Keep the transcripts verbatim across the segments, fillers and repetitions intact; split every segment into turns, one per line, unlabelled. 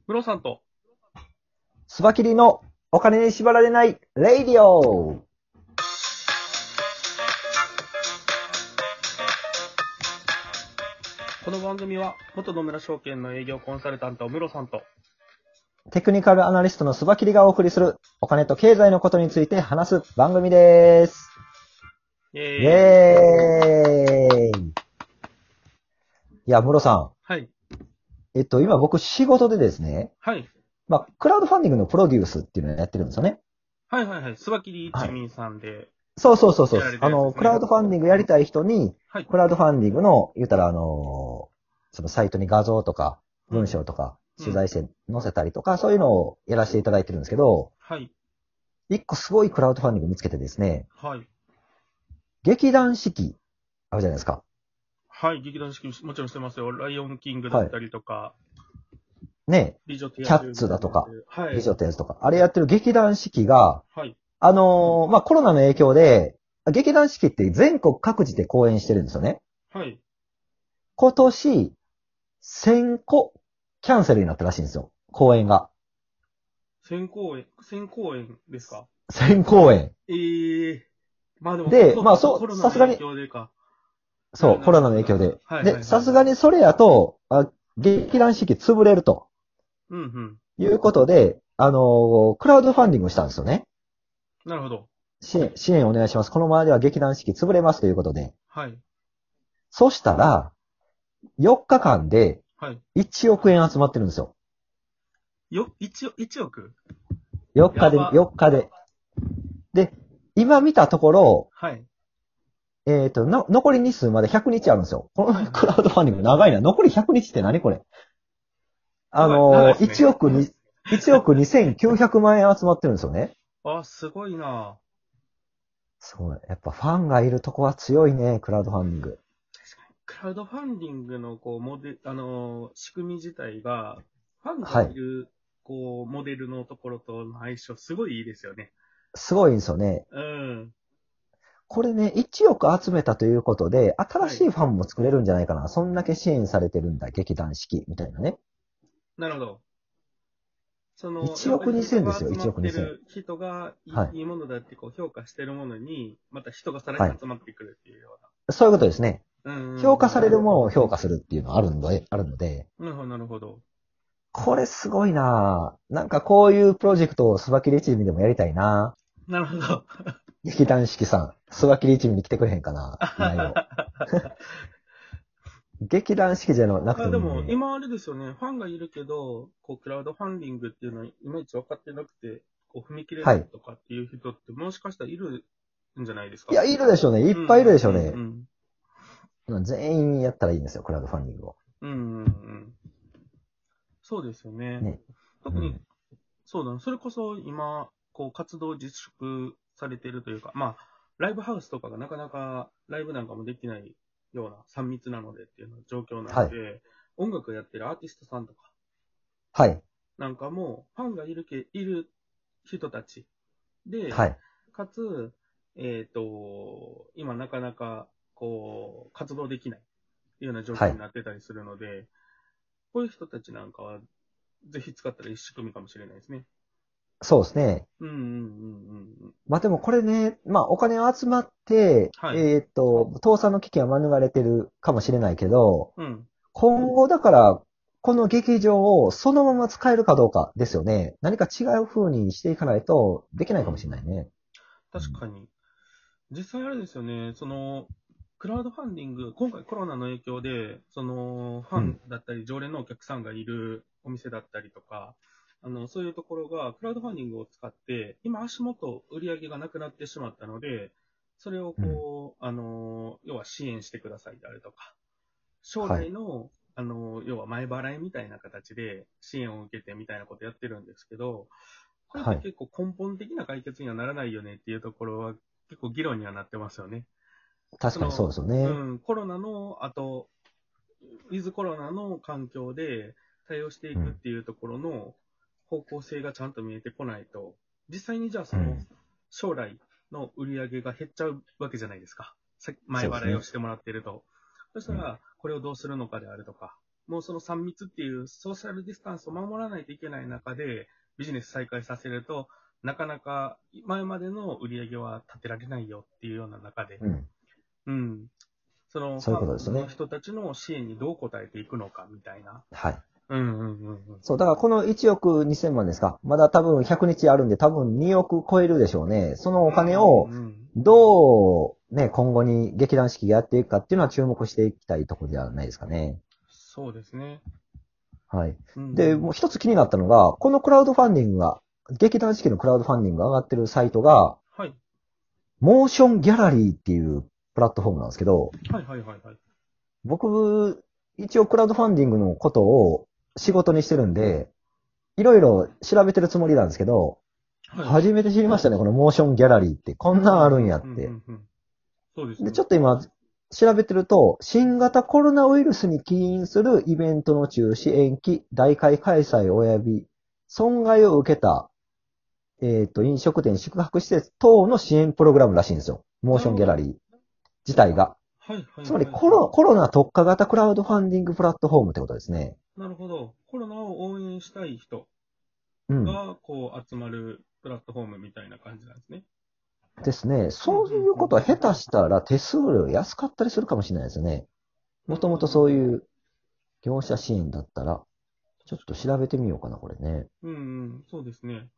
ムロさんと、
スバキリのお金に縛られないレイディオ。
この番組は、元野村証券の営業コンサルタント、ムロさんと、
テクニカルアナリストのスバキリがお送りするお金と経済のことについて話す番組です。
イェーイ。
イェーイ。いや、ムロさん。
はい。
えっと、今僕仕事でですね、
はい。
まあ、クラウドファンディングのプロデュースっていうのをやってるんですよね。
はいはいはい。スバキリ
はい。
一味さんで、
そうそうそうそう。
やられて
あの、
るやつですね。
クラウドファンディングやりたい人に、
はい。
クラウドファンディングの、言うたらあの、そのサイトに画像とか
うん。
文章とか
うん。
取材して載せたりとか、そういうのをやらせていただいてるんですけど、
はい。
一個すごいクラウドファンディング見つけてですね、
はい。
劇団四季あるじゃないですか。
はい。劇団四季もちろんしてますよ。ライオンキングだ
はい。
ったりとか、
ね、
美女と野
キャッ
獣みたい
ツだとか、
なやつ。はい。
美女ってやつとか、あれやってる劇団四季が、
はい。
あのーまあ、コロナの影響で、劇団四季って全国各地で公演してるんですよね。
はい。
今年、せんこキャンセルになったらしいんですよ。公演が。
先行演、先行演ですか？
せん公演。
ええー。まあでも、
で、
そうか、そう、
まあそう、
コロナの影
さすがに、
響でか。なる
そう、
なるほど、
コロナの
なるほど。
影響で。
はいは
で、
いはいはい。
さすがにそれやと、あ、劇団四季潰れると
うんうん。
いうことで、あのークラウドファンディングしたんですよね。
なるほど。
支援、支援お願いします。このままでは劇団四季潰れますということで。
はい。
そしたら、よっかかんで
はい。
いちおくえん集まってるんですよ。
よ、一億、一億
よっかで、
やば。
よっかで。で、今見たところ、
はい。
えっと、の、残り日数までひゃくにちあるんですよ。この
はいはい。
クラウドファンディング長いな。残りひゃくにちって何これ？あ
長い、長いで
のー、
すね。
いちおくに、いちおくにせんきゅうひゃくまん円集まってるんですよね。
あ、すごいな。
すごい。やっぱファンがいるとこは強いね、クラウドファンディング。
確かに。クラウドファンディングの、こう、モデル、あのー仕組み自体が、ファンが
はい。
いる、こう、モデルのところとの相性、すごいいいですよね。
すごいんですよね。
うん。
これね、いちおく集めたということで、新
はい。
しいファンも作れるんじゃないかな。そんだけ支援されてるんだ、劇団四季、みたいなね。
なるほど。その、や
1
っぱり
億
人が
にせんですよ、1
集まっ
億にせん。
てる、人がい
はい。
いいものだってこう評価してるものに、また人がさらに
はい。
集まってくるっていうよ
そういうことですね。
うな。うんうん
評価
うんうん。
されるものを評価するっていうのはあるので、あるので、
なるほど、なるほど。
これすごいなぁ。なんかこういうプロジェクトをスバキリ一味でもやりたいな
なるほど。
ぁ。劇団四季さん、スバキリ一味に来てくれへんかな依頼を。劇団四季じゃなくて
あ、でも、
もいいね。
今あれですよね。ファンがいるけど、こう、クラウドファンディングっていうのをいまいち分かってなくて、こう、踏み切れ
はい。
ないとかっていう人って、もしかしたらいるんじゃないですか？
いや、いるでしょうね。いっぱいいる
うんうん
でしょうね。
うん
全員やったらいいんですよ、クラウドファンディングを。
うん。うんうんうん。そうですよね。
ね。う
特に、
ん。
そうだな。それこそ今、こう、活動自粛されてるというか、まあ、ライブハウスとかがなかなかライブなんかもできないようなさん密なのでっていうような状況な
はい。
ので、音楽やってるアーティストさんとか
はい。
なんかも、ファンがいるけ、いる人たちで、
はい。
かつ、えっと、今なかなか、こう、活動できないような状
はい。
況になってたりするので、こういう人たちなんかは、ぜひ使ったら一仕組みかもしれないですね。
そうですね。
うんうんうんうんうん。
まあでもこれね、まあお金が集まって、
はい。
えーっと、倒産の危険は免れてるかもしれないけど、
うん。
今後だから、この劇場をそのまま使えるかどうかですよね。何か違う風にしていかないとできないかもし
うん。
れないね。うん、
確かに。実際あれですよね、その、クラウドファンディング、今回コロナの影響で、その、ファ
うん、
ンだったり、常連のお客さんがいるお店だったりとか、あの、そういうところが、クラウドファンディングを使って、今足元売り上げがなくなってしまったので、それを
うん。
こう、あの、要は支援してくださいであるとか、将
はい。
来の、あの、要は前払いみたいな形で支援を受けてみたいなことやってるんですけど、これっ
はい。
て結構根本的な解決にはならないよねっていうところは結構議論にはなってますよね。そ
確かにそう
の、
ですよね。
うん、コロナの後、ウィズコロナの環境で対応してい
うん。
くっていうところの方向性がちゃんと見えてこないと、実際にじゃあその
うん。
将来の売り上げが減っちゃうわけじゃないですか。さ前
そうですね。
払いをしてもらってると。そした
うん。
ら、これをどうするのかであるとか。 もうそのさん密っていうソーシャルディスタンスを守らないといけない中で、ビジネス再開させると、なかなか前までの売り上げは立てられないよっていうような中で、
うん。
うん。そのフ
そういうこ
ァンの
とですよね。
人たちの支援にどう応えていくのかみたいな。
はい。
うんうんうんうん。
そう、だからこのいちおくにせん万ですか。まだ多分ひゃくにちあるんで多分におく超えるでしょうね。そのお金を
うんうん、
どうね、今後に劇団四季がやっていくかっていうのは注目していきたいところではないですかね。
そうですね。
はい。
うんう
で、
ん、
もう一つ気になったのが、このクラウドファンディングが、劇団四季のクラウドファンディングが上がってるサイトが、
はい。
モーションギャラリーっていうプラットフォームなんですけど、
はいはいはいはい。
僕、一応クラウドファンディングのことを仕事にしてるんで、いろいろ調べてるつもりなんですけど、
はい。
初めて知りましたね、このモーションギャラリーって。こんなんあるんやっ
うんうんう
て。
んうん。そうです
で、
ね。
ちょっと今、調べてると、新型コロナウイルスに起因するイベントの中止、延期、大会開催及び、損害を受けた、えっと、飲食店、宿泊施設等の支援プログラムらしいんですよ。モーション
なるほど。
ギャラリー自体が。
はいはい
つまり
はいはい。
コロ、コロナ特化型クラウドファンディングプラットフォームってことですね。
なるほど。コロナを応援したい人
うん。
が、こう、集まるプラットフォームみたいな感じなんですね。
ですね。
うんう
そういう
んうん。
ことは下手したら手数料安かったりするかもしれないですよね。
なるほど、
もともと
なるほど。
そういう業者支援だったら、ちょっと調べてみようかな、これね。
うんうん、そうですね。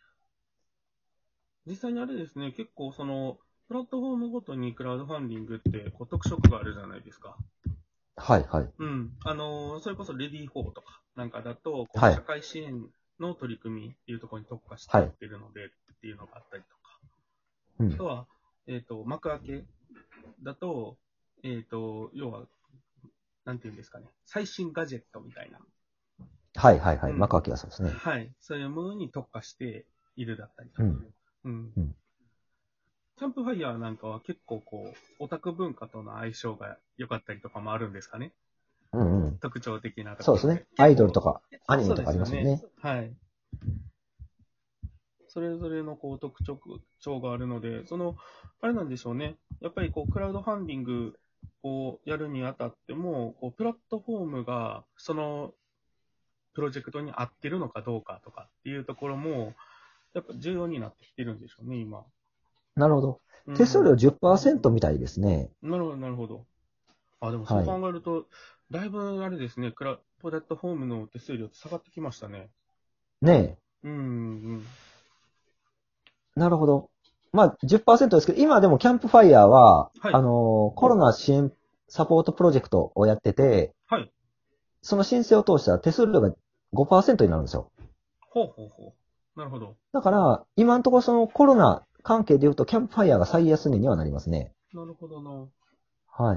実際にあれですね、結構その、プラットフォームごとにクラウドファンディングってこう特色があるじゃないですか。
はい、はい。
うん。あのーそれこそレディーフォーとかなんかだと、こう、
はい、
社会支援の取り組みっていうところに特化して
はい。
やってるのでっていうのがあったりとか。
うん。
あとは、えっ、と、幕開けだと、えっ、と、要は、なんていうんですかね、最新ガジェットみたいな。
はい、はい、はい。
うん。
幕開きはそうですね。
はい。そういうものに特化しているだったりとか。
うん。
うん。
うん。
キャンプファイヤーなんかは結構こう、オタク文化との相性が良かったりとかもあるんですかね。
うんうん。
特徴的なところで。
そうですね。ア
結構、
イドルとか、アニ
そう
メとかあ
ですよね。
りますもんね。
はい。それぞれのこう特徴があるので、その、あれなんでしょうね。やっぱりこう、クラウドファンディングをやるにあたっても、こうプラットフォームが、その、プロジェクトに合ってるのかどうかとかっていうところも、やっぱ重要になってきてるんでしょうね、今。
なるほど。
うん。
手数料じゅっパーセントみたいですね。
なるほど、なるほど。あ、でもそう
はい。
考えると、だいぶあれですね、クラプラットフォームの手数料って下がってきましたね。
ね
うん、うん。
え。なるほど。まあ、じゅっパーセントですけど、今でもキャンプファイヤーは、
はい、
あのーコロナ支援サポートプロジェクトをやってて、
はい。
その申請を通したら手数料がごパーセントになるんですよ。
ほうほうほう。なるほど。
だから、今のところそのコロナ関係で言うと、キャンプファイヤーが最安値にはなりますね。
なるほどな。
はい。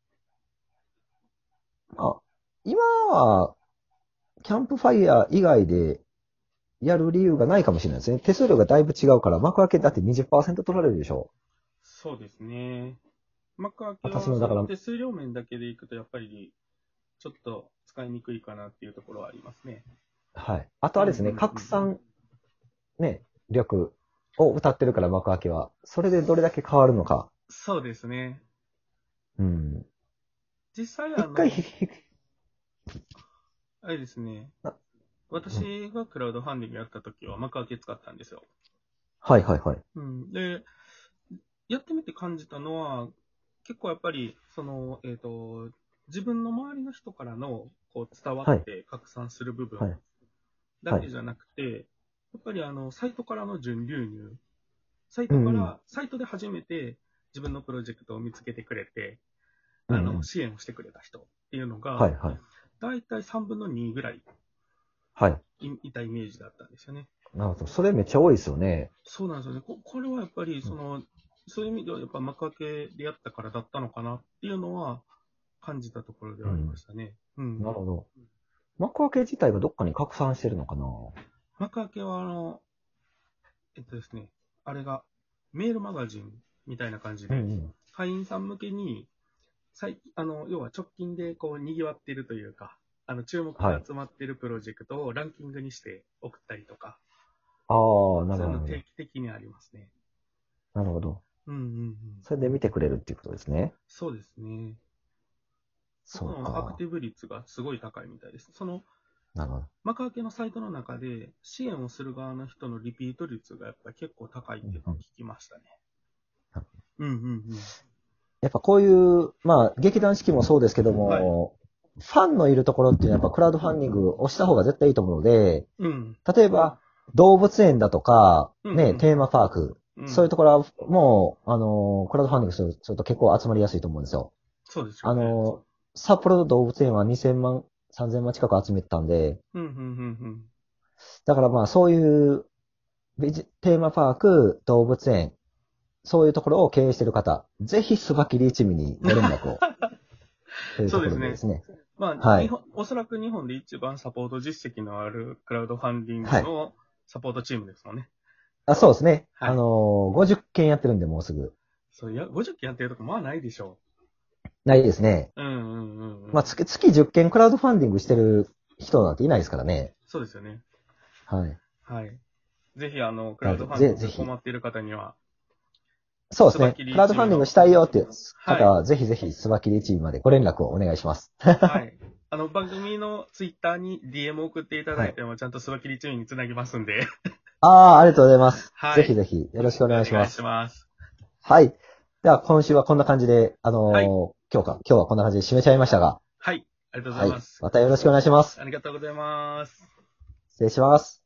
まあ、今は、キャンプファイヤー以外でやる理由がないかもしれないですね。手数料がだいぶ違うから、幕開けだってにじゅっパーセント取られるでしょ
そうですね。幕開
う。
けは、
私の、だから、
その手数料面だけでいくと、やっぱり、ちょっと使いにくいかなっていうところはありますね。
はい。あと
うん、うん、
あれですね、
うん。
拡散、ね、力を歌ってるから幕開けは。それでどれだけ変わるのか。
そうですね。
うん。
実際、あ
一回ひ、
の、
ひ、
あれですね。
あうん。
私がクラウドファンディングやった時は幕開け使ったんですよ。
はいはいはい。
うん。で、やってみて感じたのは、結構やっぱり、その、えっ、と、自分の周りの人からの、こう、伝わっ
はい。
て拡散する部分
はい。はい。
だけじゃなくて、やっぱりあの、サイトからの準流入、サイ
うんうん。
トから、サイトで初めて自分のプロジェクトを見つけてくれて、あの、
うんうん。
支援をしてくれた人っていうのが、
はいはい。
だいたいさんぶんのにぐらい
はい。
いいたイメージだったんですよね。
なるほど。それめっちゃ多いですよね。
そうなんですよね。ここれはやっぱり、
うん。
その、そういう意味ではやっぱ幕開けでやったからだったのかなっていうのは感じたところではありま
うん。
したね。うん。
なるほど。幕開け自体がどっかに拡散してるのかな。
幕開けはあの、えっとですね、あれがメールマガジンみたいな感じで、
うんうん。
会員さん向けに、最あの、要は直近でこう賑わっているというか、あの、注目
はい。
が集まっているプロジェクトをランキングにして送ったりとか、
ああ、なる
そういうの
ほど。
定期的にありますね。
なるほど。
うんうんうん。
それで見てくれるっていうことですね。
そうですね。
そうか。
のアクティブ率がすごい高いみたいです。その、
なるほど。
マカアケのサイトの中で支援をする側の人のリピート率がやっぱり結構高いっていうのを聞きましたね。うんうんうん。
やっぱこういう、まあ、劇団四季もそうですけども、
はい
ファンのいるところっていうのはやっぱクラウドファンディングをした方が絶対いいと思うので、
うん。
例えば、動物園だとか、ね、
うんうん
テーマパーク、
うん、
そういうところはもう、あの、クラウドファンディングするすると結構集まりやすいと思うんですよ。
そうですよね。
あの、札幌の動物園はにせんまん、さんぜんまん近く集めてたんで、
うんうんうん
だからまあそういうビジテーマパーク、動物園、そういうところを経営している方、ぜひスバキリ一味にご連絡を。というところでですね。
まあ、
はい
日本、おそらく日本で一番サポート実績のあるクラウドファンディング
はい。
のサポートチームですもんね。
あ、そうですね。
はい
あのー、ごじゅっけんやってるんで、もうすぐ。
そういや、ごじゅっけんやってるとこまあないでしょ
ないですね。
う。うんうんうんうん。
まあ、月、月じゅっけんクラウドファンディングしてる人なんていないですからね。
そうですよね。
はい。
はい。ぜひ、あの、クラウドファン
ぜ
ディング
ぜひ
困っている方には、
そうですね。
スバキリ
クラウドファンディングしたいよっていう方
は
は、ぜひぜひ、スバキリチームまでご連絡をお願いします。
はい。あの、番組のツイッターに ディーエム 送っていただいても、ちゃんとスバキリチームにつなぎますんで。
ああ、ありがとうございます。
はい
ぜひぜひ、よろしくお願いし
お願いし
ます。
ます。
はい。では、今週はこんな感じで、あのー
はい
今日か、今日はこんな感じで締めちゃいましたが、
はい。ありがとうござ
はいい
ます。。
またよろしくお願いします。
ありがとうございます。
失礼します。